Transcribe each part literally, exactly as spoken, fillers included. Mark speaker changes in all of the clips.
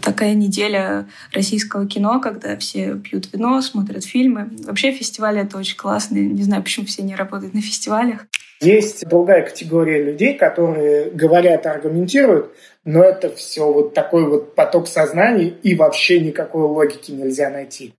Speaker 1: такая неделя российского кино, когда все пьют вино, смотрят фильмы. Вообще фестивали — это очень классно. Не знаю, почему все не работают на фестивалях.
Speaker 2: Есть другая категория людей, которые говорят, аргументируют, но это все вот такой вот поток сознаний, и вообще никакой логики нельзя найти.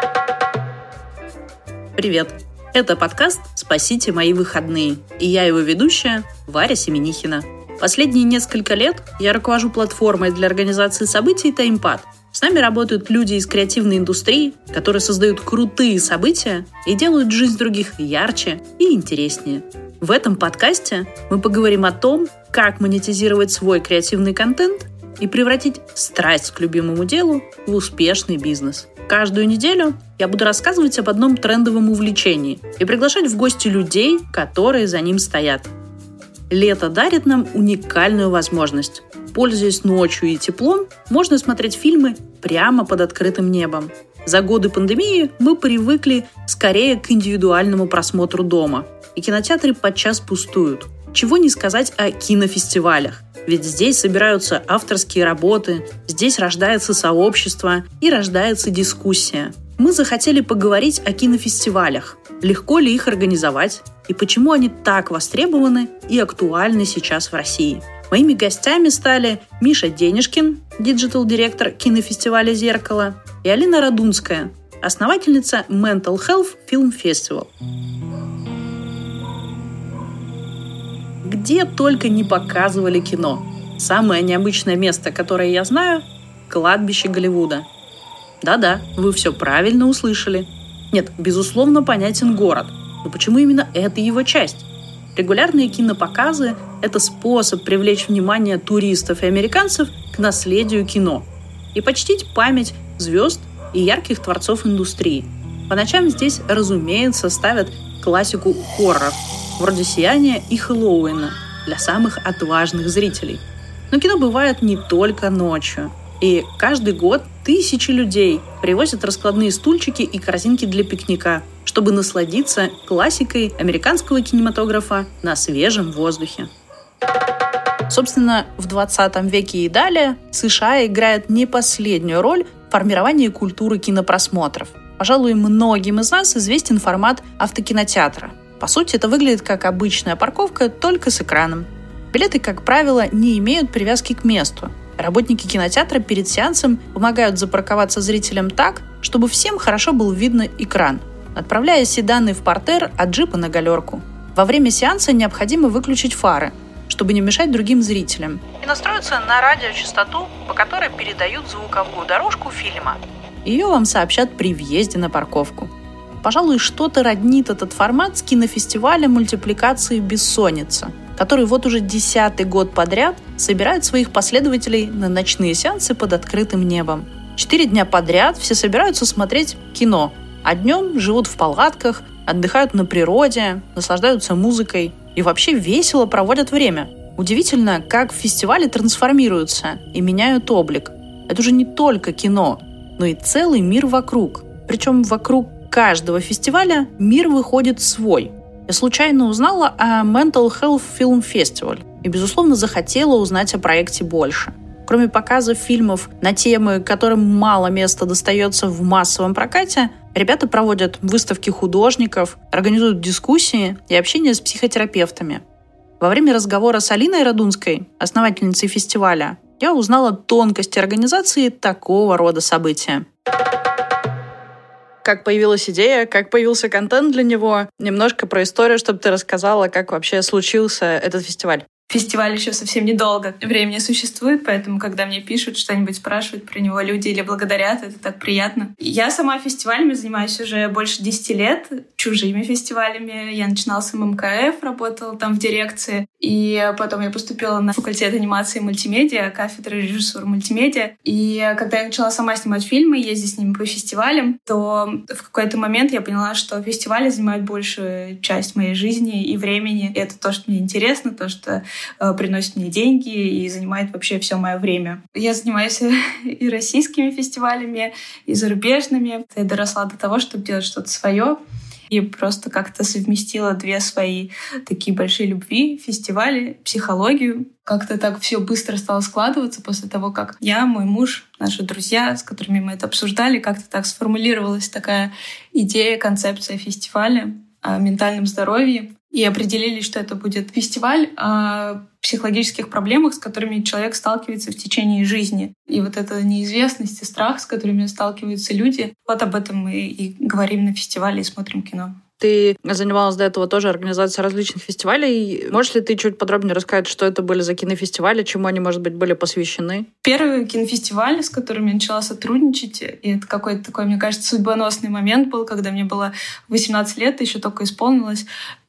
Speaker 3: Привет! Это подкаст «Спасите мои выходные», и я его ведущая Варя Семенихина. Последние несколько лет я руковожу платформой для организации событий «Таймпад». С нами работают люди из креативной индустрии, которые создают крутые события и делают жизнь других ярче и интереснее. В этом подкасте мы поговорим о том, как монетизировать свой креативный контент и превратить страсть к любимому делу в успешный бизнес. Каждую неделю я буду рассказывать об одном трендовом увлечении и приглашать в гости людей, которые за ним стоят. Лето дарит нам уникальную возможность. Пользуясь ночью и теплом, можно смотреть фильмы прямо под открытым небом. За годы пандемии мы привыкли скорее к индивидуальному просмотру дома, и кинотеатры подчас пустуют. Чего не сказать о кинофестивалях. Ведь здесь собираются авторские работы, здесь рождается сообщество и рождается дискуссия. Мы захотели поговорить о кинофестивалях. Легко ли их организовать? И почему они так востребованы и актуальны сейчас в России? Моими гостями стали Миша Денишкин, диджитал-директор кинофестиваля «Зеркало», и Алина Радунская, основательница Mental Health Film Festival. Где только не показывали кино. Самое необычное место, которое я знаю – кладбище Голливуда. Да-да, вы все правильно услышали. Нет, безусловно, понятен город. Но почему именно это его часть? Регулярные кинопоказы – это способ привлечь внимание туристов и американцев к наследию кино и почтить память звезд и ярких творцов индустрии. По ночам здесь, разумеется, ставят классику хорроров, вроде «Сияния» и «Хэллоуина» для самых отважных зрителей. Но кино бывает не только ночью. И каждый год тысячи людей привозят раскладные стульчики и корзинки для пикника, чтобы насладиться классикой американского кинематографа на свежем воздухе. Собственно, в двадцатом веке и далее США играет не последнюю роль в формировании культуры кинопросмотров. Пожалуй, многим из нас известен формат автокинотеатра. По сути, это выглядит как обычная парковка, только с экраном. Билеты, как правило, не имеют привязки к месту. Работники кинотеатра перед сеансом помогают запарковаться зрителям так, чтобы всем хорошо был видно экран, отправляя седаны в партер, а джипы на галерку. Во время сеанса необходимо выключить фары, чтобы не мешать другим зрителям, и настроиться на радиочастоту, по которой передают звуковую дорожку фильма. Ее вам сообщат при въезде на парковку. Пожалуй, что-то роднит этот формат с кинофестивалем мультипликации «Бессонница», который вот уже десятый год подряд собирает своих последователей на ночные сеансы под открытым небом. Четыре дня подряд все собираются смотреть кино, а днем живут в палатках, отдыхают на природе, наслаждаются музыкой и вообще весело проводят время. Удивительно, как фестивали трансформируются и меняют облик. Это уже не только кино, но и целый мир вокруг. Причем вокруг каждого фестиваля мир выходит свой. Я случайно узнала о Mental Health Film Festival и, безусловно, захотела узнать о проекте больше. Кроме показов фильмов на темы, которым мало места достается в массовом прокате, ребята проводят выставки художников, организуют дискуссии и общение с психотерапевтами. Во время разговора с Алиной Радунской, основательницей фестиваля, я узнала тонкости организации такого рода события. Как появилась идея, как появился контент для него. Немножко про историю, чтобы ты рассказала, как вообще случился этот фестиваль.
Speaker 1: Фестиваль еще совсем недолго времени существует, поэтому, когда мне пишут, что-нибудь спрашивают про него люди или благодарят, это так приятно. Я сама фестивалями занимаюсь уже больше десяти лет, чужими фестивалями. Я начинала с эм эм ка эф, работала там в дирекции, и потом я поступила на факультет анимации и мультимедиа, кафедра режиссуры мультимедиа. И когда я начала сама снимать фильмы, ездить с ними по фестивалям, то в какой-то момент я поняла, что фестивали занимают большую часть моей жизни и времени. И это то, что мне интересно, то, что приносит мне деньги и занимает вообще все мое время. Я занимаюсь и российскими фестивалями, и зарубежными. Я доросла до того, чтобы делать что-то свое. И просто как-то совместила две свои такие большие любви, фестивали, психологию. Как-то так все быстро стало складываться после того, как я, мой муж, наши друзья, с которыми мы это обсуждали, как-то так сформулировалась такая идея, концепция фестиваля о ментальном здоровье. И определили, что это будет фестиваль о психологических проблемах, с которыми человек сталкивается в течение жизни. И вот эта неизвестность и страх, с которыми сталкиваются люди, вот об этом мы и говорим на фестивале и смотрим кино.
Speaker 3: Ты занималась до этого тоже организацией различных фестивалей. Можешь ли ты чуть подробнее рассказать, что это были за кинофестивали, чему они, может быть, были посвящены?
Speaker 1: Первый кинофестиваль, с которым я начала сотрудничать, и это какой-то такой, мне кажется, судьбоносный момент был, когда мне было восемнадцать лет, еще только исполнилось.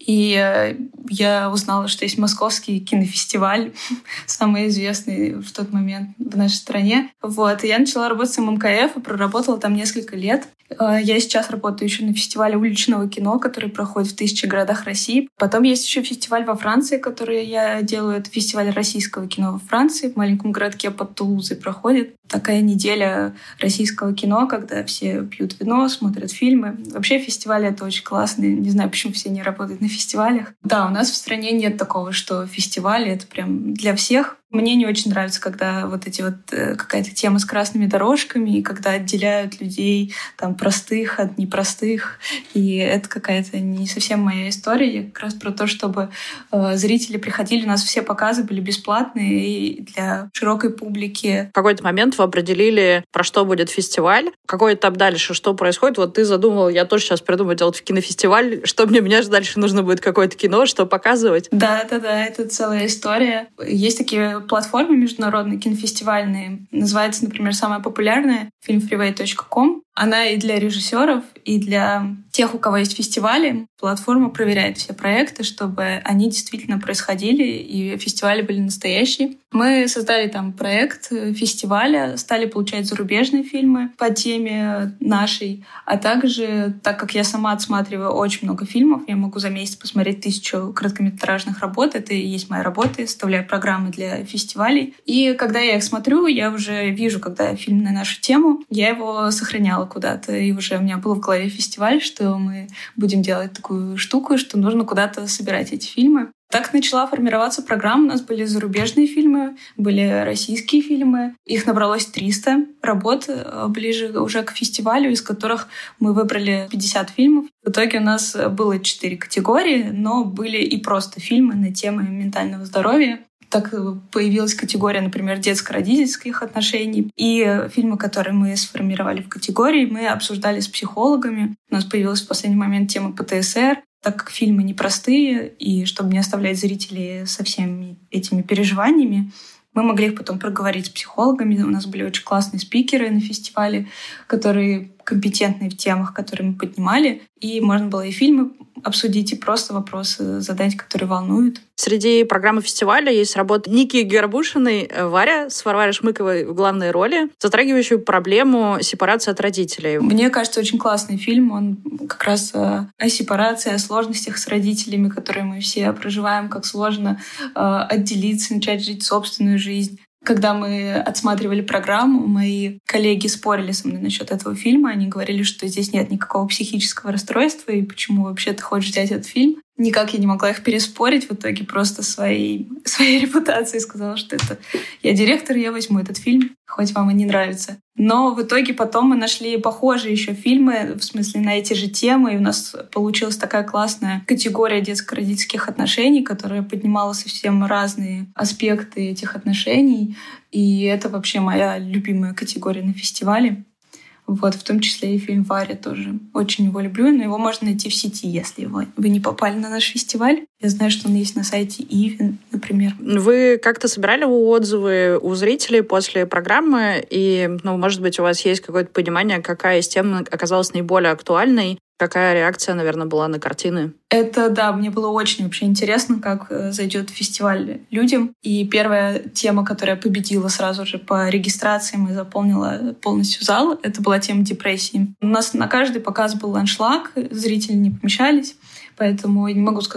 Speaker 1: И я узнала, что есть Московский кинофестиваль, самый известный в тот момент в нашей стране. Вот. И я начала работать с эм эм ка эф и проработала там несколько лет. Я сейчас работаю еще на фестивале уличного кино, который проходит в тысячи городах России. Потом есть еще фестиваль во Франции, который я делаю. Это фестиваль российского кино во Франции. В маленьком городке под Тулузой проходит. Такая неделя российского кино, когда все пьют вино, смотрят фильмы. Вообще фестивали — это очень классно. Не знаю, почему все не работают на фестивалях. Да, у нас в стране нет такого, что фестивали — это прям для всех. Мне не очень нравится, когда вот эти вот э, какая-то тема с красными дорожками, и когда отделяют людей там простых от непростых. И это какая-то не совсем моя история. Я как раз про то, чтобы э, зрители приходили. У нас все показы были бесплатные и для широкой публики.
Speaker 3: В какой-то момент вы определили, про что будет фестиваль. Какой этап дальше? Что происходит? Вот ты задумал, я тоже сейчас придумаю делать кинофестиваль. Что мне меня дальше нужно будет какое-то кино, что показывать?
Speaker 1: Да-да-да, это целая история. Есть такие платформы международные, кинофестивальные. Называется, например, самая популярная — фильм фривей точка ком. Она и для режиссеров, и для тех, у кого есть фестивали. Платформа проверяет все проекты, чтобы они действительно происходили, и фестивали были настоящие. Мы создали там проект фестиваля, стали получать зарубежные фильмы по теме нашей, а также, так как я сама отсматриваю очень много фильмов, я могу за месяц посмотреть тысячу короткометражных работ. Это и есть моя работа, я составляю программы для фестивалей. И когда я их смотрю, я уже вижу, когда фильм на нашу тему, я его сохраняла куда-то, и уже у меня был в голове фестиваль, что мы будем делать такую штуку, что нужно куда-то собирать эти фильмы. Так начала формироваться программа. У нас были зарубежные фильмы, были российские фильмы. Их набралось триста работ ближе уже к фестивалю, из которых мы выбрали пятьдесят фильмов. В итоге у нас было четыре категории, но были и просто фильмы на темы ментального здоровья. Так появилась категория, например, детско-родительских отношений. И фильмы, которые мы сформировали в категории, мы обсуждали с психологами. У нас появилась в последний момент тема пэ тэ эс эр. Так как фильмы непростые, и чтобы не оставлять зрителей со всеми этими переживаниями, мы могли их потом проговорить с психологами. У нас были очень классные спикеры на фестивале, которые компетентные в темах, которые мы поднимали. И можно было и фильмы обсудить, и просто вопросы задать, которые волнуют.
Speaker 3: Среди программы фестиваля есть работа Ники Горбушиной, Варя, с Варварой Шмыковой в главной роли, затрагивающую проблему сепарации от родителей.
Speaker 1: Мне кажется, очень классный фильм. Он как раз о сепарации, о сложностях с родителями, которые мы все проживаем, как сложно отделиться, начать жить собственную жизнь. Когда мы отсматривали программу, мои коллеги спорили со мной насчет этого фильма. Они говорили, что здесь нет никакого психического расстройства, и почему вообще ты хочешь взять этот фильм. Никак я не могла их переспорить. В итоге просто своей, своей репутацией сказала, что это я директор, я возьму этот фильм, хоть вам и не нравится. Но в итоге потом мы нашли похожие еще фильмы, в смысле на эти же темы, и у нас получилась такая классная категория детско-родительских отношений, которая поднимала совсем разные аспекты этих отношений. И это вообще моя любимая категория на фестивале. Вот, в том числе и фильм «Варя» тоже. Очень его люблю, но его можно найти в сети, если его, вы не попали на наш фестиваль. Я знаю, что он есть на сайте Ивен, например.
Speaker 3: Вы как-то собирали отзывы у зрителей после программы? И, ну, может быть, у вас есть какое-то понимание, какая из тем оказалась наиболее актуальной? Какая реакция, наверное, была на картины?
Speaker 1: Это, да, мне было очень вообще интересно, как зайдет фестиваль людям. И первая тема, которая победила сразу же по регистрациям и заполнила полностью зал, это была тема депрессии. У нас на каждый показ был аншлаг, зрители не помещались. Поэтому я не могу сказать, что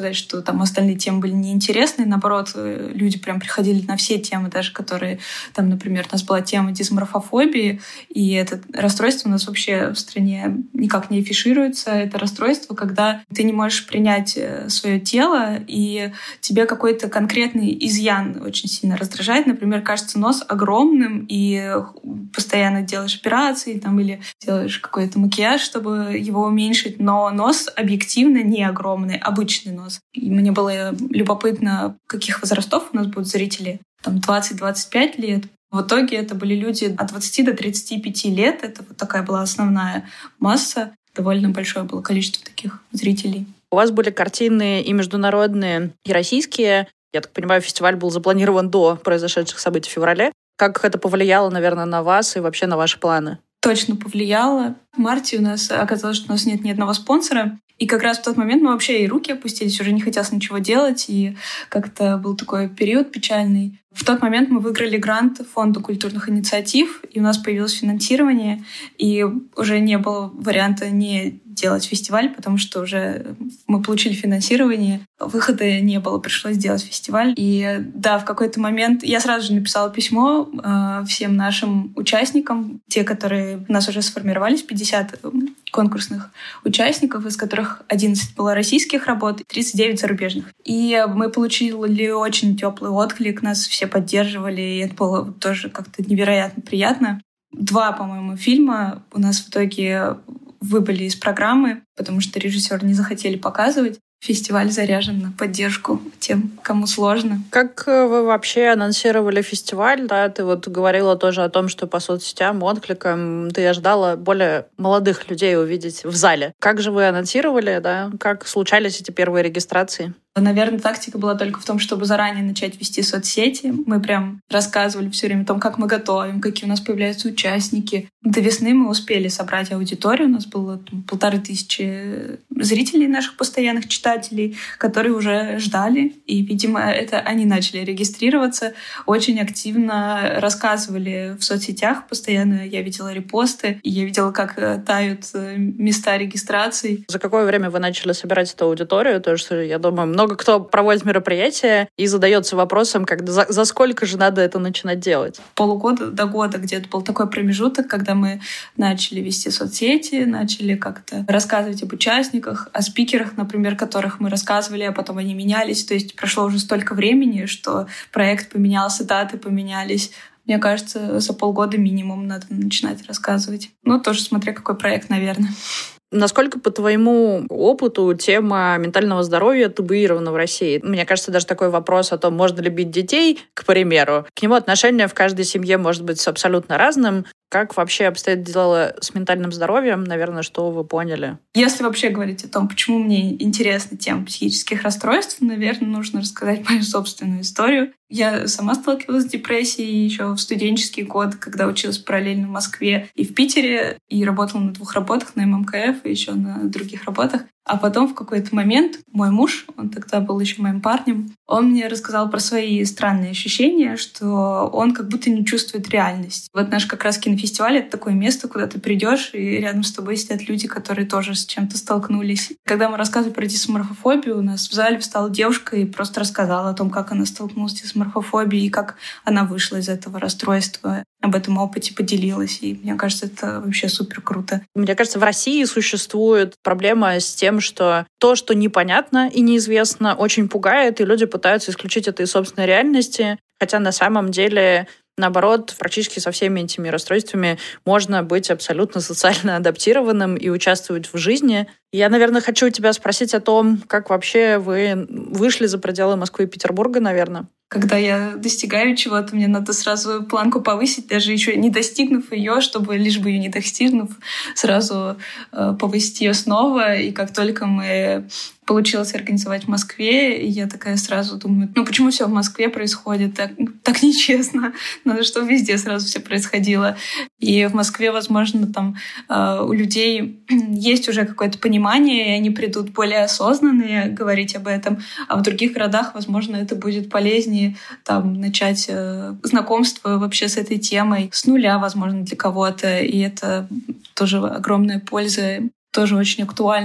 Speaker 1: там остальные темы были неинтересны. Наоборот, люди прям приходили на все темы, даже которые, там, например, у нас была тема дисморфофобии, и это расстройство у нас вообще в стране никак не афишируется. Это расстройство, когда ты не можешь принять свое тело, и тебе какой-то конкретный изъян очень сильно раздражает. Например, кажется нос огромным, и постоянно делаешь операции там, или делаешь какой-то макияж, чтобы его уменьшить, но нос объективно не огромный, обычный нос. И мне было любопытно, каких возрастов у нас будут зрители. Там двадцать-двадцать пять лет. В итоге это были люди от двадцати до тридцати пяти лет. Это вот такая была основная масса. Довольно большое было количество таких зрителей.
Speaker 3: У вас были картины и международные, и российские. Я так понимаю, фестиваль был запланирован до произошедших событий в феврале. Как это повлияло, наверное, на вас и вообще на ваши планы?
Speaker 1: Точно повлияло. В марте у нас оказалось, что у нас нет ни одного спонсора. И как раз в тот момент мы вообще и руки опустились, уже не хотелось ничего делать. И как-то был такой период печальный. В тот момент мы выиграли грант Фонда культурных инициатив, и у нас появилось финансирование, и уже не было варианта не делать фестиваль, потому что уже мы получили финансирование, выхода не было, пришлось делать фестиваль. И да, в какой-то момент я сразу же написала письмо э, всем нашим участникам, те, которые у нас уже сформировались, пятьдесят конкурсных участников, из которых одиннадцать было российских работ, тридцать девять зарубежных. И мы получили очень теплый отклик, нас все поддерживали, и это было тоже как-то невероятно приятно. Два, по-моему, фильма у нас в итоге выбыли из программы, потому что режиссеры не захотели показывать. Фестиваль заряжен на поддержку тем, кому сложно.
Speaker 3: Как вы вообще анонсировали фестиваль? Да, ты вот говорила тоже о том, что по соцсетям, откликам ты ожидала более молодых людей увидеть в зале. Как же вы анонсировали, да? Как случались эти первые регистрации?
Speaker 1: Наверное, тактика была только в том, чтобы заранее начать вести соцсети. Мы прям рассказывали все время о том, как мы готовим, какие у нас появляются участники. До весны мы успели собрать аудиторию. У нас было там, полторы тысячи зрителей, наших постоянных читателей, которые уже ждали. И, видимо, это они начали регистрироваться. Очень активно рассказывали в соцсетях. Постоянно я видела репосты. И я видела, как тают места регистрации.
Speaker 3: За какое время вы начали собирать эту аудиторию? То, что, я думаю, много кто проводит мероприятия и задается вопросом, когда, за, за сколько же надо это начинать делать?
Speaker 1: Полугода до года где-то был такой промежуток, когда мы начали вести соцсети, начали как-то рассказывать об участниках, о спикерах, например, которых мы рассказывали, а потом они менялись. То есть прошло уже столько времени, что проект поменялся, даты поменялись. Мне кажется, за полгода минимум надо начинать рассказывать. Ну, тоже смотря какой проект, наверное.
Speaker 3: Насколько, по твоему опыту, тема ментального здоровья табуирована в России? Мне кажется, даже такой вопрос о том, можно ли бить детей, к примеру, к нему отношение в каждой семье может быть абсолютно разным. Как вообще обстоят дела с ментальным здоровьем? Наверное, что вы поняли?
Speaker 1: Если вообще говорить о том, почему мне интересна тема психических расстройств, наверное, нужно рассказать мою собственную историю. Я сама сталкивалась с депрессией еще в студенческие годы, когда училась параллельно в Москве и в Питере, и работала на двух работах, на эм эм ка эф и еще на других работах. А потом в какой-то момент мой муж, он тогда был еще моим парнем, он мне рассказал про свои странные ощущения, что он как будто не чувствует реальность. Вот наш как раз кинофестиваль — это такое место, куда ты придешь, и рядом с тобой сидят люди, которые тоже с чем-то столкнулись. Когда мы рассказывали про дисморфофобию, у нас в зале встала девушка и просто рассказала о том, как она столкнулась с дисморфофобией и как она вышла из этого расстройства. Об этом опыте поделилась. И мне кажется, это вообще супер круто.
Speaker 3: Мне кажется, в России существует проблема с тем, что то, что непонятно и неизвестно, очень пугает, и люди пытаются исключить это из собственной реальности. Хотя на самом деле, наоборот, практически со всеми этими расстройствами можно быть абсолютно социально адаптированным и участвовать в жизни. Я, наверное, хочу у тебя спросить о том, как вообще вы вышли за пределы Москвы и Петербурга, наверное.
Speaker 1: Когда я достигаю чего-то, мне надо сразу планку повысить, даже еще не достигнув ее, чтобы, лишь бы ее не достигнув, сразу э, повысить ее снова. И как только мы получилось организовать в Москве, и я такая сразу думаю, ну почему все в Москве происходит? Так, так нечестно. Надо, чтобы везде сразу все происходило. И в Москве, возможно, там э, у людей есть уже какое-то понимание, и они придут более осознанные говорить об этом. А в других городах, возможно, это будет полезнее там, начать э, знакомство вообще с этой темой с нуля, возможно, для кого-то. И это тоже огромная польза, тоже очень актуально.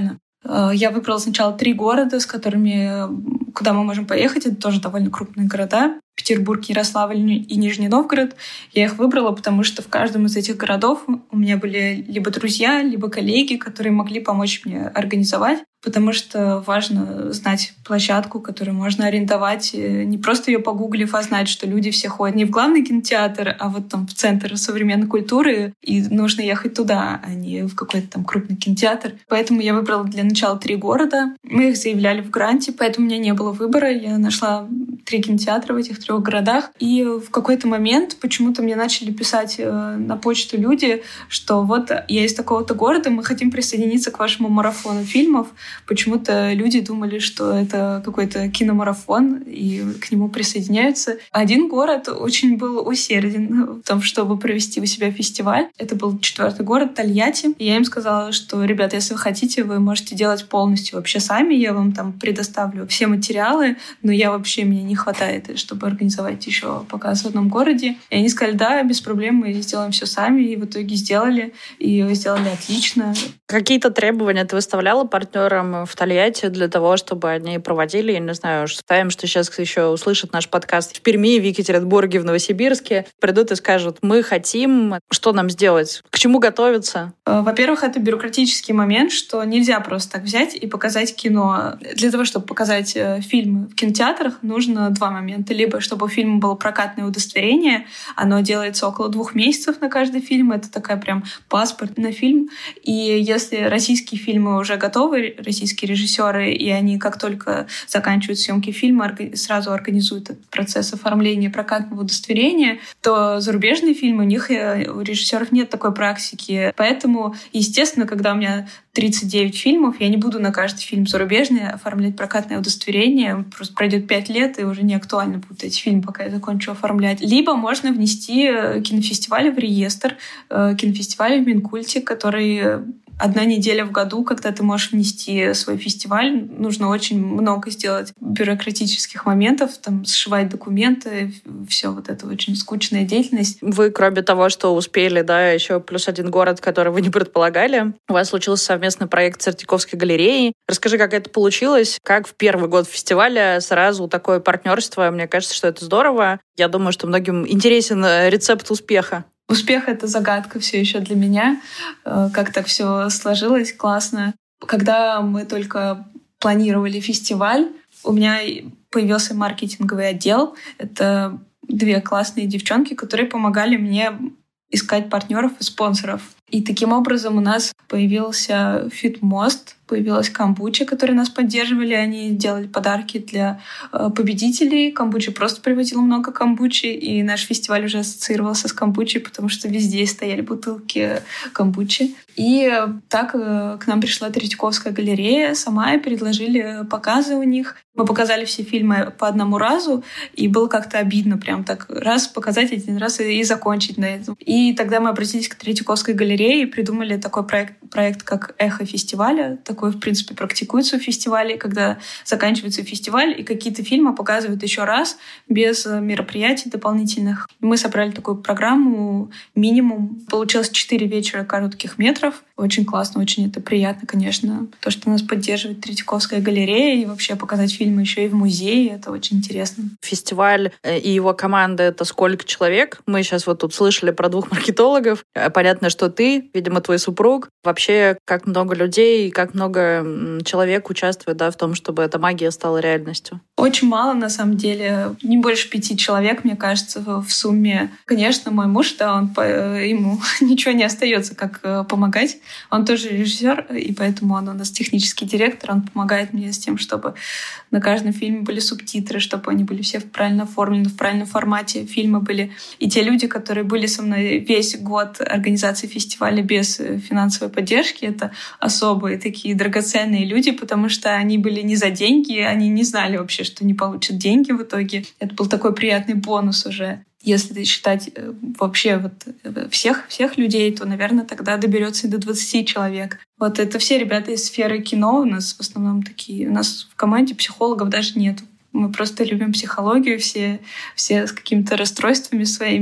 Speaker 1: Я выбрала сначала три города, с которыми, куда мы можем поехать. Это тоже довольно крупные города. Петербург, Ярославль и Нижний Новгород. Я их выбрала, потому что в каждом из этих городов у меня были либо друзья, либо коллеги, которые могли помочь мне организовать, потому что важно знать площадку, которую можно арендовать, не просто ее погуглив, а знать, что люди все ходят не в главный кинотеатр, а вот там в Центр современной культуры, и нужно ехать туда, а не в какой-то там крупный кинотеатр. Поэтому я выбрала для начала три города. Мы их заявляли в гранте, поэтому у меня не было выбора. Я нашла три кинотеатра в этих трех городах. И в какой-то момент почему-то мне начали писать на почту люди, что вот я из такого-то города, мы хотим присоединиться к вашему марафону фильмов. Почему-то люди думали, что это какой-то киномарафон, и к нему присоединяются. Один город очень был усерден в том, чтобы провести у себя фестиваль. Это был четвертый город, Тольятти. И я им сказала, что, ребят, если вы хотите, вы можете делать полностью вообще сами. Я вам там предоставлю все материалы, но я вообще, мне не хватает, чтобы организовать еще показ в одном городе. И они сказали, да, без проблем, мы сделаем все сами. И в итоге сделали. И сделали отлично.
Speaker 3: Какие-то требования ты выставляла партнерам в Тольятти для того, чтобы они проводили, я не знаю, ставим, что сейчас еще услышат наш подкаст в Перми, в Екатеринбурге, в Новосибирске, придут и скажут, мы хотим, что нам сделать, к чему готовиться?
Speaker 1: Во-первых, это бюрократический момент, что нельзя просто так взять и показать кино. Для того, чтобы показать фильмы в кинотеатрах, нужно два момента. Либо чтобы у фильма было прокатное удостоверение, оно делается около двух месяцев на каждый фильм, это такая прям паспорт на фильм. И если российские фильмы уже готовы, российские режиссеры, и они как только заканчивают съемки фильма, сразу организуют этот процесс оформления прокатного удостоверения, то зарубежные фильмы, у них, у режиссеров нет такой практики. Поэтому, естественно, когда у меня тридцать девять фильмов, я не буду на каждый фильм зарубежный оформлять прокатное удостоверение. Просто пройдет пять лет, и уже не актуально будут эти фильмы, пока я закончу оформлять. Либо можно внести кинофестивали в реестр, кинофестивали в Минкульте, который одна неделя в году, когда ты можешь внести свой фестиваль, нужно очень много сделать бюрократических моментов, там, сшивать документы, все вот это очень скучная деятельность.
Speaker 3: Вы, кроме того, что успели, да, еще плюс один город, который вы не предполагали, у вас случился совместный проект с Третьяковской галереей. Расскажи, как это получилось, как в первый год фестиваля сразу такое партнерство. Мне кажется, что это здорово. Я думаю, что многим интересен рецепт успеха.
Speaker 1: Успех — это загадка все еще для меня. Как так все сложилось, классно. Когда мы только планировали фестиваль, у меня появился маркетинговый отдел. Это две классные девчонки, которые помогали мне искать партнеров и спонсоров. И таким образом у нас появился Фитмост, появилась камбуча, которые нас поддерживали. Они делали подарки для э, победителей. Камбуча просто привозила много камбучи, и наш фестиваль уже ассоциировался с камбучей, потому что везде стояли бутылки камбучи. И так э, к нам пришла Третьяковская галерея сама, и предложили показы у них. Мы показали все фильмы по одному разу, и было как-то обидно прям так раз показать один раз и, и закончить на этом. И тогда мы обратились к Третьяковской галерее и придумали такой проект, проект как «Эхо фестиваля». Такое, в принципе, практикуется в фестивале, когда заканчивается фестиваль, и какие-то фильмы показывают еще раз без мероприятий дополнительных. Мы собрали такую программу минимум. Получилось четыре вечера коротких метров. Очень классно, очень это приятно, конечно. То, что нас поддерживает Третьяковская галерея, и вообще показать фильмы еще и в музее, это очень интересно.
Speaker 3: Фестиваль и его команда — это сколько человек? Мы сейчас вот тут слышали про двух маркетологов. Понятно, что ты, видимо, твой супруг. Вообще, как много людей, как много человек участвует, да, в том, чтобы эта магия стала реальностью?
Speaker 1: Очень мало, на самом деле. Не больше пяти человек, мне кажется, в сумме. Конечно, мой муж, да, он, ему ничего не остается, как помогать. Он тоже режиссер, и поэтому он у нас технический директор. Он помогает мне с тем, чтобы на каждом фильме были субтитры, чтобы они были все правильно оформлены, в правильном формате. Фильмы были. И те люди, которые были со мной весь год организации фестиваля без финансовой поддержки, это особые такие драгоценные люди, потому что они были не за деньги, они не знали вообще, что не получат деньги в итоге. Это был такой приятный бонус уже. Если считать вообще вот всех, всех людей, то, наверное, тогда доберется и до двадцати человек. Вот это все ребята из сферы кино у нас в основном такие. У нас в команде психологов даже нет. Мы просто любим психологию, все, все с какими-то расстройствами своими.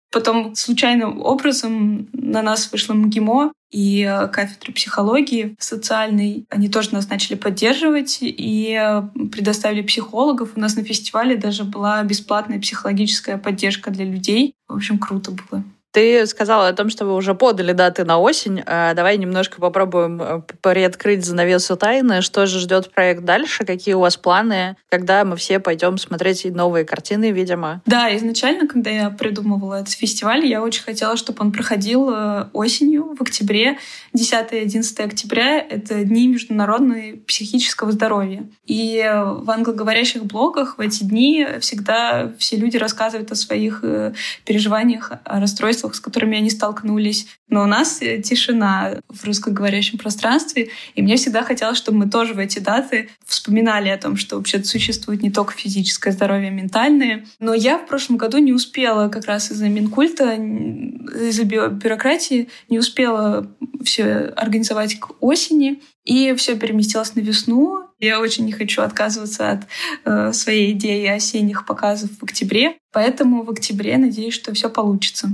Speaker 1: Потом случайным образом на нас вышло МГИМО и кафедра психологии социальной. Они тоже нас начали поддерживать и предоставили психологов. У нас на фестивале даже была бесплатная психологическая поддержка для людей. В общем, круто было.
Speaker 3: Ты сказала о том, что вы уже подали даты на осень. Давай немножко попробуем приоткрыть занавесу тайны. Что же ждет проект дальше? Какие у вас планы? Когда мы все пойдем смотреть новые картины, видимо?
Speaker 1: Да, изначально, когда я придумывала этот фестиваль, я очень хотела, чтобы он проходил осенью, в октябре. десятое-одиннадцатое октября — это дни международного психического здоровья. И в англоговорящих блогах в эти дни всегда все люди рассказывают о своих переживаниях, о расстройствах, с которыми они столкнулись. Но у нас тишина в русскоговорящем пространстве, и мне всегда хотелось, чтобы мы тоже в эти даты вспоминали о том, что вообще существует не только физическое здоровье, а ментальное. Но я в прошлом году не успела, как раз из-за Минкульта, из-за бюрократии, не успела все организовать к осени, и все переместилось на весну. Я очень не хочу отказываться от э, своей идеи осенних показов в октябре, поэтому в октябре надеюсь, что все получится.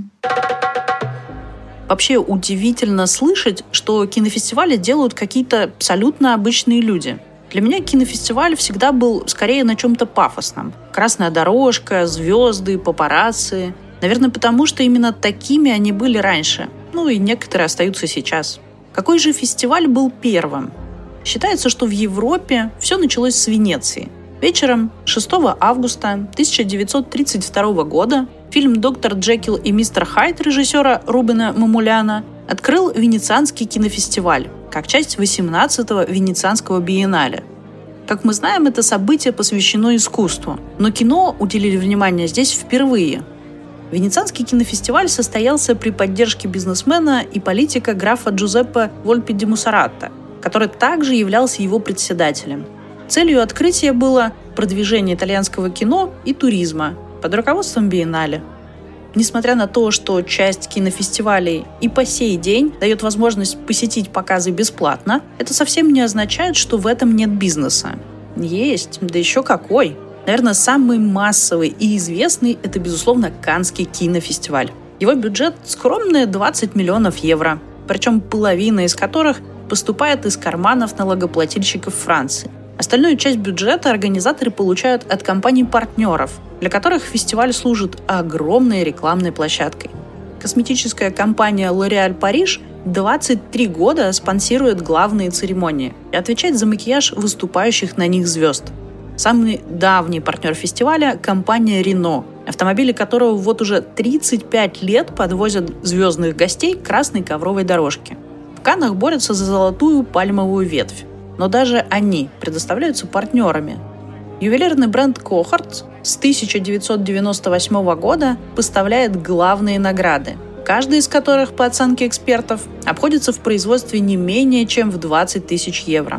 Speaker 3: Вообще удивительно слышать, что кинофестивали делают какие-то абсолютно обычные люди. Для меня кинофестиваль всегда был скорее на чем-то пафосном. Красная дорожка, звезды, папарацци. Наверное, потому что именно такими они были раньше. Ну и некоторые остаются сейчас. Какой же фестиваль был первым? Считается, что в Европе все началось с Венеции. Вечером шестого августа тысяча девятьсот тридцать второго года фильм «Доктор Джекил и мистер Хайд» режиссера Рубена Мамуляна открыл Венецианский кинофестиваль как часть восемнадцатого Венецианского биеннале. Как мы знаем, это событие посвящено искусству, но кино уделили внимание здесь впервые. Венецианский кинофестиваль состоялся при поддержке бизнесмена и политика графа Джузеппе Вольпе ди Муссаратто, который также являлся его председателем. Целью открытия было продвижение итальянского кино и туризма под руководством биеннале. Несмотря на то, что часть кинофестивалей и по сей день дает возможность посетить показы бесплатно, это совсем не означает, что в этом нет бизнеса. Есть, да еще какой! Наверное, самый массовый и известный – это, безусловно, Каннский кинофестиваль. Его бюджет – скромные двадцать миллионов евро, причем половина из которых поступает из карманов налогоплательщиков Франции. Остальную часть бюджета организаторы получают от компаний-партнеров, для которых фестиваль служит огромной рекламной площадкой. Косметическая компания L'Oréal Paris двадцать три года спонсирует главные церемонии и отвечает за макияж выступающих на них звезд. Самый давний партнер фестиваля – компания Renault, автомобили которого вот уже тридцать пять лет подвозят звездных гостей к красной ковровой дорожке. В Каннах борются за золотую пальмовую ветвь, но даже они предоставляются партнерами. Ювелирный бренд Cohort с тысяча девятьсот девяносто восьмого года поставляет главные награды, каждая из которых, по оценке экспертов, обходится в производстве не менее чем в двадцать тысяч евро.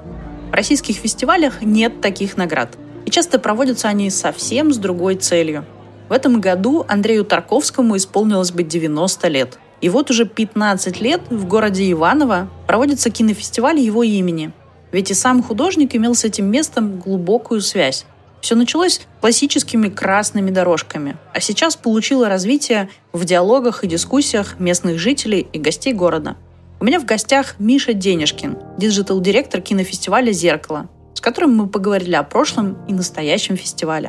Speaker 3: В российских фестивалях нет таких наград, и часто проводятся они совсем с другой целью. В этом году Андрею Тарковскому исполнилось бы девяносто лет. И вот уже пятнадцать лет в городе Иваново проводится кинофестиваль его имени. Ведь и сам художник имел с этим местом глубокую связь. Все началось классическими красными дорожками, а сейчас получило развитие в диалогах и дискуссиях местных жителей и гостей города. У меня в гостях Миша Денежкин, диджитал-директор кинофестиваля «Зеркало», с которым мы поговорили о прошлом и настоящем фестивале.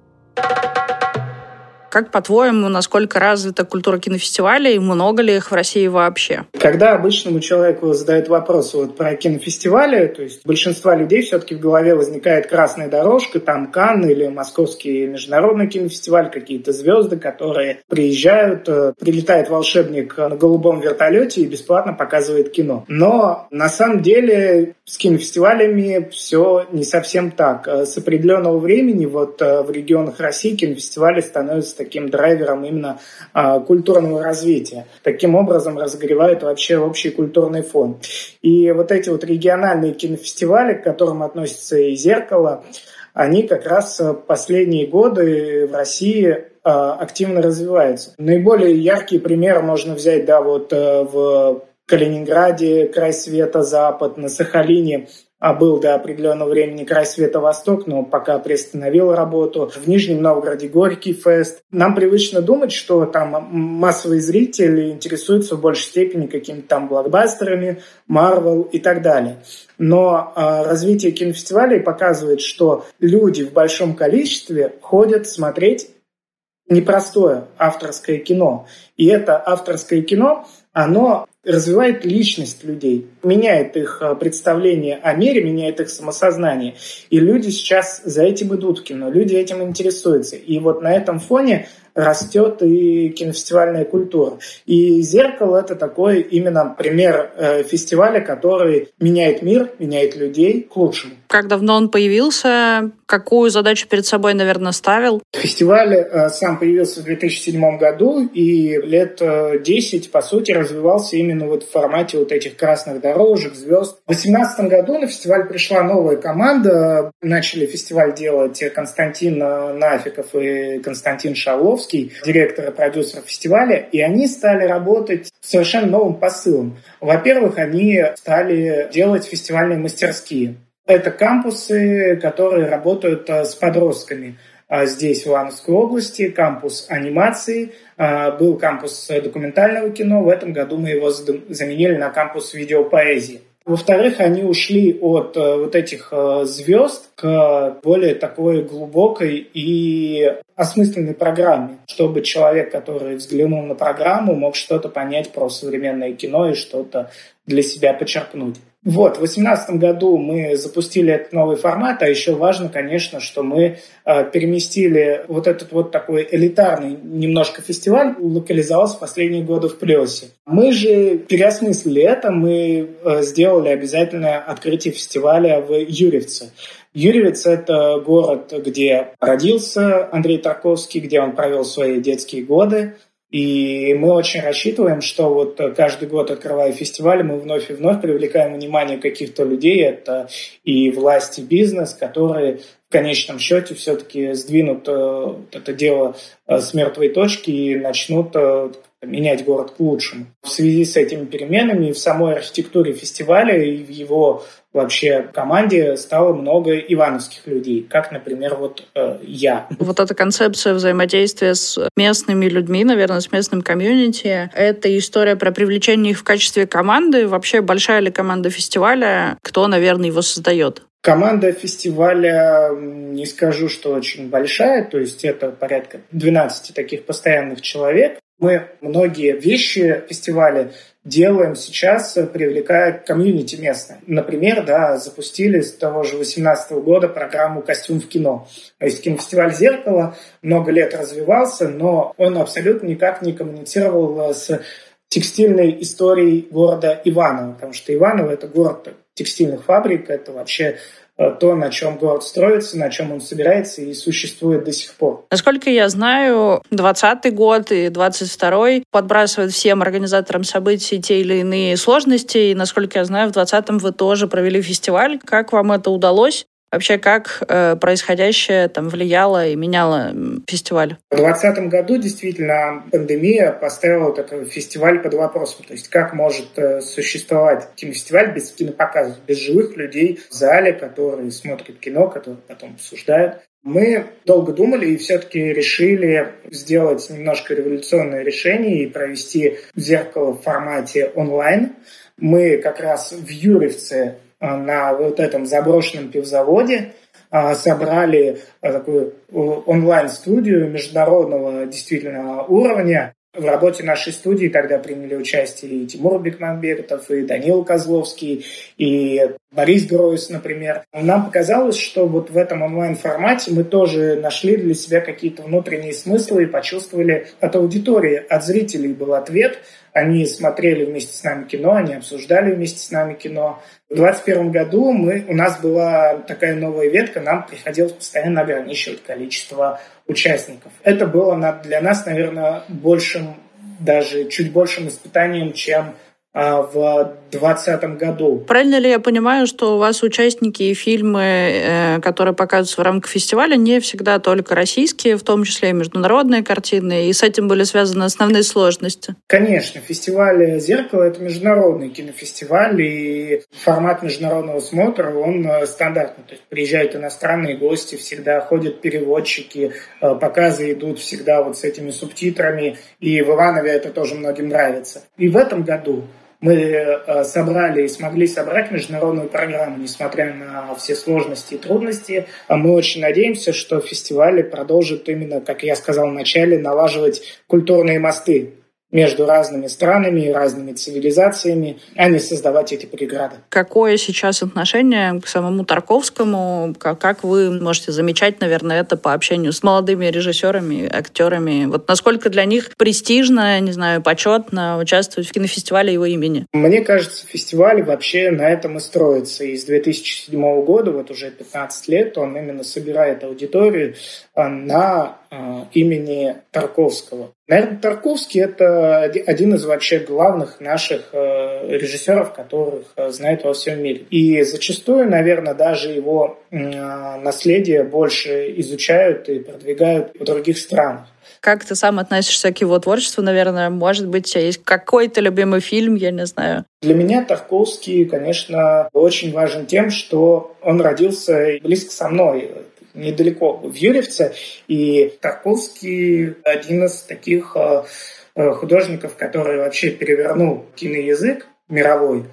Speaker 3: Как, по-твоему, насколько развита культура кинофестивалей и много ли их в России вообще?
Speaker 2: Когда обычному человеку задают вопрос вот про кинофестивали, то есть у большинства людей все-таки в голове возникает красная дорожка, там Канн или Московский международный кинофестиваль, какие-то звезды, которые приезжают, прилетает волшебник на голубом вертолете и бесплатно показывает кино. Но на самом деле с кинофестивалями все не совсем так. С определенного времени вот в регионах России кинофестивали становятся таким драйвером именно а, культурного развития. Таким образом разогревают вообще общий культурный фон. И вот эти вот региональные кинофестивали, к которым относится и «Зеркало», они как раз последние годы в России а, активно развиваются. Наиболее яркие примеры можно взять, да, вот а, в Калининграде, край света, Запад, на Сахалине а был до определенного времени «Край света Восток», но пока приостановил работу. В Нижнем Новгороде «Горький фест». Нам привычно думать, что там массовый зритель интересуется в большей степени какими-то там блокбастерами, Марвел и так далее. Но э, развитие кинофестивалей показывает, что люди в большом количестве ходят смотреть непростое авторское кино. И это авторское кино, оно развивает личность людей, меняет их представление о мире, меняет их самосознание. И люди сейчас за этим идут в кино, люди этим интересуются. И вот на этом фоне растет и кинофестивальная культура. И «Зеркало» — это такой именно пример э, фестиваля, который меняет мир, меняет людей к лучшему.
Speaker 3: Как давно он появился? Какую задачу перед собой, наверное, ставил?
Speaker 2: Фестиваль э, сам появился в две тысячи седьмом году, и лет э, десять, по сути, развивался именно вот в формате вот этих красных дорожек, звезд. В две тысячи восемнадцатом году на фестиваль пришла новая команда. Начали фестиваль делать Константин Нафиков и Константин Шавловский, директор и продюсер фестиваля, и они стали работать с совершенно новым посылом. Во-первых, они стали делать фестивальные мастерские. Это кампусы, которые работают с подростками. Здесь, в Ивановской области, кампус анимации, был кампус документального кино. В этом году мы его заменили на кампус видеопоэзии. Во-вторых, они ушли от э, вот этих э, звезд к более такой глубокой и осмысленной программе, чтобы человек, который взглянул на программу, мог что-то понять про современное кино и что-то для себя почерпнуть. Вот, в две тысячи восемнадцатом году мы запустили этот новый формат, а еще важно, конечно, что мы э, переместили вот этот вот такой элитарный немножко фестиваль, локализовался в последние годы в Плёсе. Мы же переосмыслили это, мы э, сделали обязательное открытие фестиваля в Юрьевце. Юрьевец – это город, где родился Андрей Тарковский, где он провел свои детские годы. И мы очень рассчитываем, что вот каждый год, открывая фестиваль, мы вновь и вновь привлекаем внимание каких-то людей, это и власть, и бизнес, которые в конечном счете все-таки сдвинут это дело с мертвой точки и начнут менять город к лучшему. В связи с этими переменами в самой архитектуре фестиваля и в его вообще команде стало много ивановских людей, как, например, вот э, я.
Speaker 3: Вот эта концепция взаимодействия с местными людьми, наверное, с местным комьюнити, это история про привлечение их в качестве команды. Вообще, большая ли команда фестиваля? Кто, наверное, его создает?
Speaker 2: Команда фестиваля, не скажу, что очень большая, то есть это порядка двенадцати таких постоянных человек. Мы многие вещи фестиваля делаем сейчас, привлекая комьюнити местное. Например, да, запустили с того же две тысячи восемнадцатого года программу «Костюм в кино». То есть кинофестиваль «Зеркало» много лет развивался, но он абсолютно никак не коммуницировал с текстильной историей города Иваново, потому что Иваново – это город текстильных фабрик, это вообще то, на чем город строится, на чем он собирается и существует до сих пор.
Speaker 3: Насколько я знаю, двадцатый год и двадцать второй подбрасывают всем организаторам событий те или иные сложности. И, насколько я знаю, в двадцатом вы тоже провели фестиваль. Как вам это удалось? Вообще, как э, происходящее там влияло и меняло фестиваль?
Speaker 2: В двадцатом году действительно пандемия поставила такой фестиваль под вопросом. То есть как может э, существовать кинофестиваль без кинопоказов, без живых людей в зале, которые смотрят кино, которые потом обсуждают. Мы долго думали и все-таки решили сделать немножко революционное решение и провести «Зеркало» в формате онлайн. Мы как раз в Юрьевце на вот этом заброшенном пивзаводе собрали такую онлайн-студию международного действительно уровня. В работе нашей студии тогда приняли участие и Тимур Бекмамбетов, и Данил Козловский, и Борис Гройс, например. Нам показалось, что вот в этом онлайн-формате мы тоже нашли для себя какие-то внутренние смыслы и почувствовали от аудитории, от зрителей был ответ. Они смотрели вместе с нами кино, они обсуждали вместе с нами кино. В двадцать первом году мы, у нас была такая новая ветка, нам приходилось постоянно ограничивать количество участников. Это было для нас, наверное, большим, даже чуть большим испытанием, чем в двадцатом году.
Speaker 3: Правильно ли я понимаю, что у вас участники и фильмы, которые показываются в рамках фестиваля, не всегда только российские, в том числе и международные картины, и с этим были связаны основные сложности?
Speaker 2: Конечно. Фестиваль «Зеркало» — это международный кинофестиваль, и формат международного смотра, он стандартный. То есть приезжают иностранные гости, всегда ходят переводчики, показы идут всегда вот с этими субтитрами, и в Иванове это тоже многим нравится. И в этом году мы собрали и смогли собрать международную программу, несмотря на все сложности и трудности. Мы очень надеемся, что фестиваль продолжит именно, как я сказал в начале, налаживать культурные мосты между разными странами и разными цивилизациями, а не создавать эти преграды.
Speaker 3: Какое сейчас отношение к самому Тарковскому? Как вы можете замечать, наверное, это по общению с молодыми режиссерами, актерами? Вот насколько для них престижно, не знаю, почетно участвовать в кинофестивале его имени?
Speaker 2: Мне кажется, фестиваль вообще на этом и строится. И с две тысячи седьмого года, вот уже пятнадцать лет, он именно собирает аудиторию на имени Тарковского. Наверное, Тарковский — это один из вообще главных наших режиссеров, которых знают во всем мире. И зачастую, наверное, даже его наследие больше изучают и продвигают в других странах.
Speaker 3: Как ты сам относишься к его творчеству, наверное? Может быть, у тебя есть какой-то любимый фильм, я не знаю.
Speaker 2: Для меня Тарковский, конечно, очень важен тем, что он родился близко со мной, недалеко в Юрьевце, и Тарковский один из таких художников, который вообще перевернул киноязык мировой,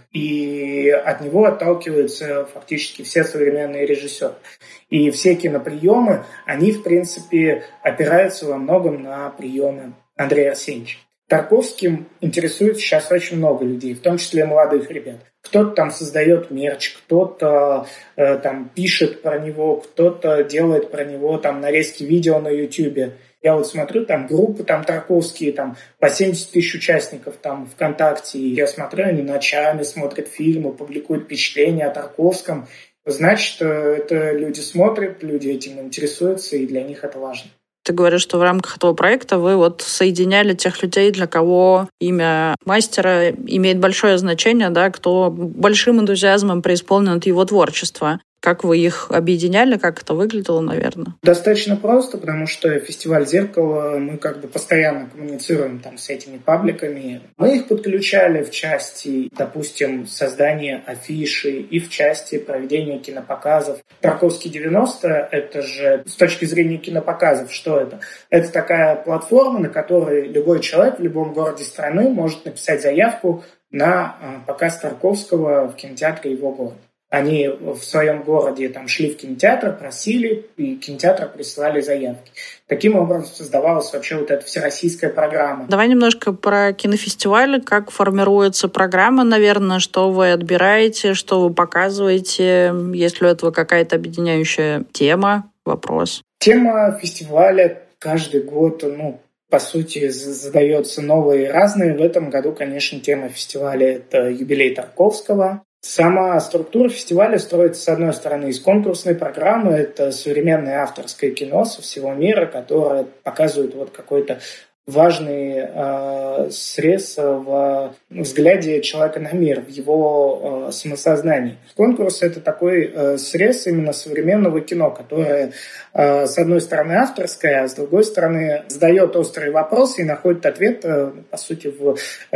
Speaker 2: и от него отталкиваются фактически все современные режиссеры. И все киноприемы, они, в принципе, опираются во многом на приемы Андрея Арсеньевича. Тарковским интересует сейчас очень много людей, в том числе молодых ребят. Кто-то там создает мерч, кто-то э, там пишет про него, кто-то делает про него там нарезки видео на Ютьюбе. Я вот смотрю, там группы там Тарковские, там по семьдесят тысяч участников там ВКонтакте. И я смотрю, они ночами смотрят фильмы, публикуют впечатления о Тарковском. Значит, это люди смотрят, люди этим интересуются, и для них это важно.
Speaker 3: Ты говоришь, что в рамках этого проекта вы вот соединяли тех людей, для кого имя мастера имеет большое значение, да, кто большим энтузиазмом преисполнен от его творчества. Как вы их объединяли, как это выглядело, наверное?
Speaker 2: Достаточно просто, потому что фестиваль «Зеркало», мы как бы постоянно коммуницируем там с этими пабликами. Мы их подключали в части, допустим, создания афиши и в части проведения кинопоказов. «Тарковский девяносто» — это же с точки зрения кинопоказов, что это? Это такая платформа, на которой любой человек в любом городе страны может написать заявку на показ Тарковского в кинотеатре его города. Они в своем городе там шли в кинотеатр, просили, и кинотеатр присылали заявки. Таким образом создавалась вообще вот эта всероссийская программа.
Speaker 3: Давай немножко про кинофестиваль. Как формируется программа, наверное, что вы отбираете, что вы показываете, есть ли у этого какая-то объединяющая тема, вопрос?
Speaker 2: Тема фестиваля каждый год, ну, по сути, задается новые и разные. В этом году, конечно, тема фестиваля — это юбилей Тарковского. Сама структура фестиваля строится, с одной стороны, из конкурсной программы. Это современное авторское кино со всего мира, которое показывает вот какой-то важный э, срез в взгляде человека на мир, в его э, самосознании. Конкурс — это такой э, срез именно современного кино, которое, э, с одной стороны, авторское, а с другой стороны, задает острые вопросы и находит ответ, э, по сути, в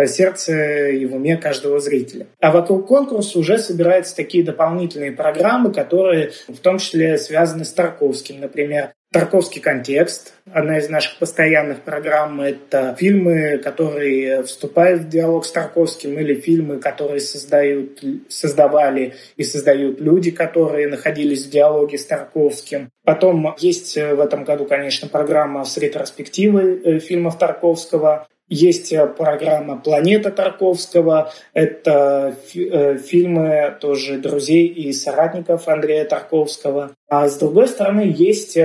Speaker 2: сердце и в уме каждого зрителя. А вокруг конкурса уже собираются такие дополнительные программы, которые в том числе связаны с Тарковским. Например, «Тарковский контекст». Одна из наших постоянных программ — это фильмы, которые вступают в диалог с Тарковским, или фильмы, которые создают, создавали и создают люди, которые находились в диалоге с Тарковским. Потом есть в этом году, конечно, программа с ретроспективой фильмов Тарковского. Есть программа «Планета Тарковского». Это фи- фильмы тоже друзей и соратников Андрея Тарковского. А с другой стороны, есть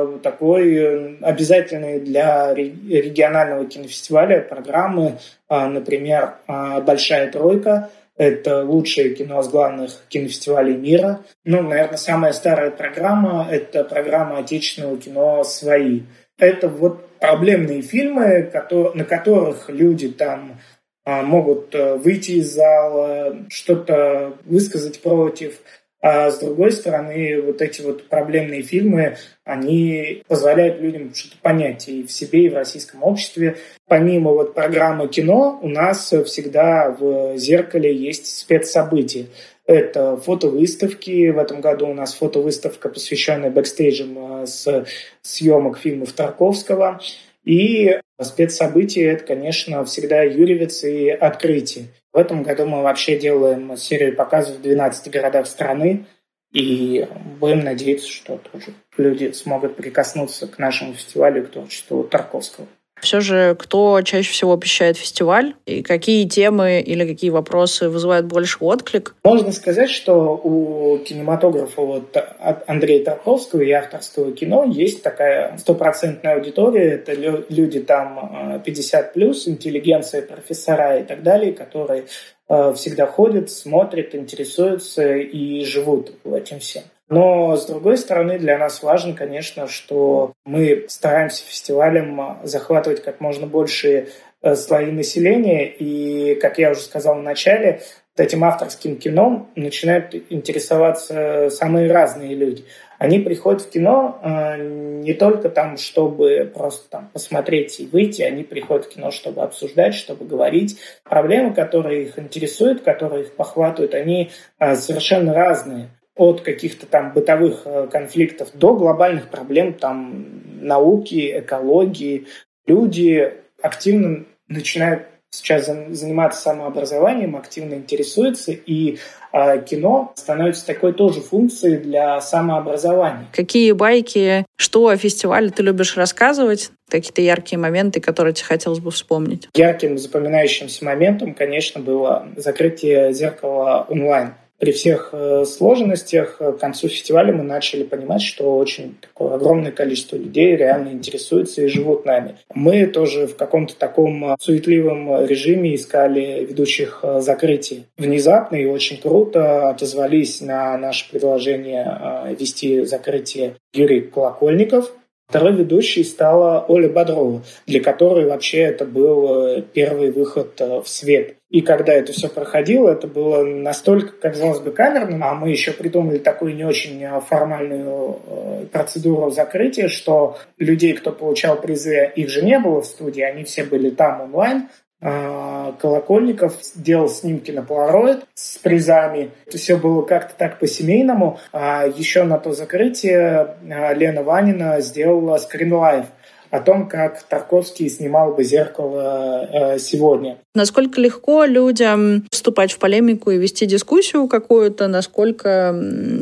Speaker 2: такой обязательный для регионального кинофестиваля программы, например, «Большая тройка». Это лучшее кино с главных кинофестивалей мира. Ну, наверное, самая старая программа – это программа отечественного кино «Свои». Это вот проблемные фильмы, на которых люди там могут выйти из зала, что-то высказать против. А с другой стороны, вот эти вот проблемные фильмы, они позволяют людям что-то понять и в себе, и в российском обществе. Помимо вот программы кино, у нас всегда в «Зеркале» есть спецсобытия. Это фотовыставки. В этом году у нас фотовыставка, посвященная бэкстейджам с съемок фильмов Тарковского. И спецсобытия – это, конечно, всегда Юрьевец и открытие. В этом году мы вообще делаем серию показов в двенадцати городах страны. И будем надеяться, что тоже люди смогут прикоснуться к нашему фестивалю и к творчеству Тарковского.
Speaker 3: Все же, кто чаще всего посещает фестиваль, и какие темы или какие вопросы вызывают больше отклик?
Speaker 2: Можно сказать, что у кинематографа вот от Андрея Тарковского и авторского кино есть такая стопроцентная аудитория. Это люди там пятьдесят плюс, интеллигенция, профессора и так далее, которые всегда ходят, смотрят, интересуются и живут этим всем. Но, с другой стороны, для нас важно, конечно, что мы стараемся фестивалем захватывать как можно больше слои населения. И, как я уже сказал в начале, этим авторским кино начинают интересоваться самые разные люди. Они приходят в кино не только там, чтобы просто там посмотреть и выйти, они приходят в кино, чтобы обсуждать, чтобы говорить. Проблемы, которые их интересуют, которые их похватывают, они совершенно разные. От каких-то там бытовых конфликтов до глобальных проблем там науки, экологии. Люди активно начинают сейчас заниматься самообразованием, активно интересуются, и э, кино становится такой тоже функцией для самообразования.
Speaker 3: Какие байки, что о фестивале ты любишь рассказывать? Какие-то яркие моменты, которые тебе хотелось бы вспомнить?
Speaker 2: Ярким запоминающимся моментом, конечно, было закрытие «Зеркала» онлайн. При всех сложностях к концу фестиваля мы начали понимать, что очень такое огромное количество людей реально интересуются и живут нами. Мы тоже в каком-то таком суетливом режиме искали ведущих закрытий. Внезапно и очень круто отозвались на наше предложение вести закрытие Юрий Колокольников. Второй ведущей стала Оля Бодрова, для которой вообще это был первый выход в свет. И когда это все проходило, это было настолько, казалось бы, камерным, а мы еще придумали такую не очень формальную процедуру закрытия, что людей, кто получал призы, их же не было в студии, они все были там онлайн. Колокольников делал снимки на полароид с призами. Это все было как-то так по-семейному. А еще на то закрытие Лена Ванина сделала скринлайв о том, как Тарковский снимал бы «Зеркало» сегодня.
Speaker 3: Насколько легко людям вступать в полемику и вести дискуссию какую-то, насколько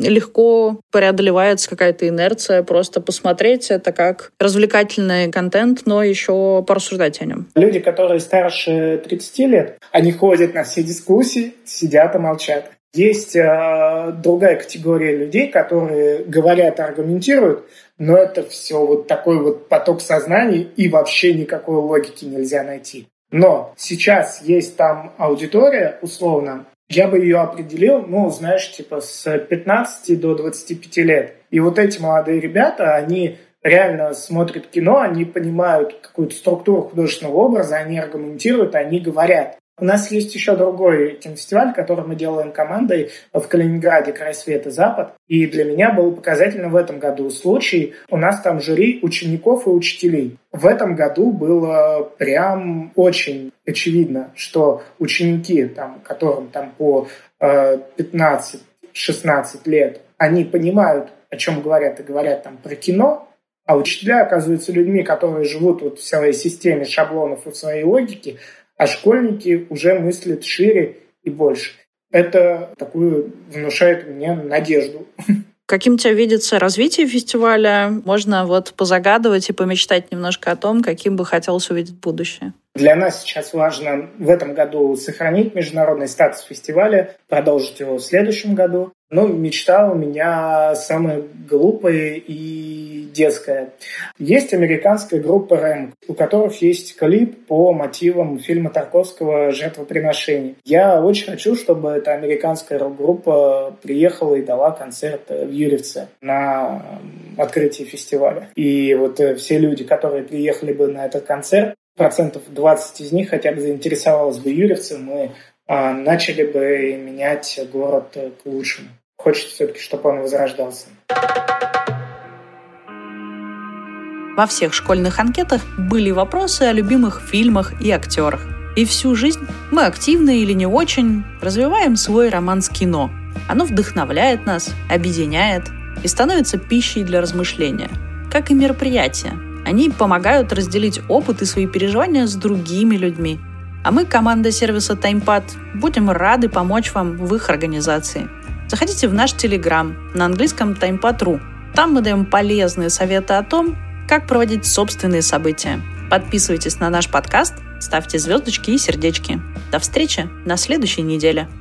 Speaker 3: легко преодолевается какая-то инерция, просто посмотреть это как развлекательный контент, но еще порассуждать о нем.
Speaker 2: Люди, которые старше тридцати лет, они ходят на все дискуссии, сидят и молчат. Есть э, другая категория людей, которые говорят и аргументируют, но это все вот такой вот поток сознания, и вообще никакой логики нельзя найти. Но сейчас есть там аудитория, условно, я бы ее определил, ну, знаешь, типа с пятнадцати до двадцати пяти лет. И вот эти молодые ребята, они реально смотрят кино, они понимают какую-то структуру художественного образа, они аргументируют, они говорят. У нас есть еще другой кинофестиваль, который мы делаем командой в Калининграде, «Край света, Запад». И для меня был показательно в этом году случай. У нас там жюри учеников и учителей. В этом году было прям очень очевидно, что ученики, там, которым там по э, пятнадцать-шестнадцать лет, они понимают, о чем говорят, и говорят там про кино, а учителя оказываются людьми, которые живут вот в своей системе шаблонов и в своей логике, а школьники уже мыслят шире и больше. Это такую внушает мне надежду.
Speaker 3: Каким тебе видится развитие фестиваля? Можно вот позагадывать и помечтать немножко о том, каким бы хотелось увидеть будущее.
Speaker 2: Для нас сейчас важно в этом году сохранить международный статус фестиваля, продолжить его в следующем году. Но мечта у меня самая глупая и детская. Есть американская группа Рэмп, у которых есть клип по мотивам фильма Тарковского «Жертвоприношение». Я очень хочу, чтобы эта американская рок-группа приехала и дала концерт в Юрьевце на открытии фестиваля. И вот все люди, которые приехали бы на этот концерт, процентов двадцать из них хотя бы заинтересовалось бы юрьевцем, мы а, начали бы менять город к лучшему. Хочется все-таки, чтобы он возрождался.
Speaker 3: Во всех школьных анкетах были вопросы о любимых фильмах и актерах. И всю жизнь мы активно или не очень развиваем свой роман с кино. Оно вдохновляет нас, объединяет и становится пищей для размышления. Как и мероприятия. Они помогают разделить опыт и свои переживания с другими людьми. А мы, команда сервиса TimePad, будем рады помочь вам в их организации. Заходите в наш Телеграм на английском TimePad точка ру. Там мы даем полезные советы о том, как проводить собственные события. Подписывайтесь на наш подкаст, ставьте звездочки и сердечки. До встречи на следующей неделе.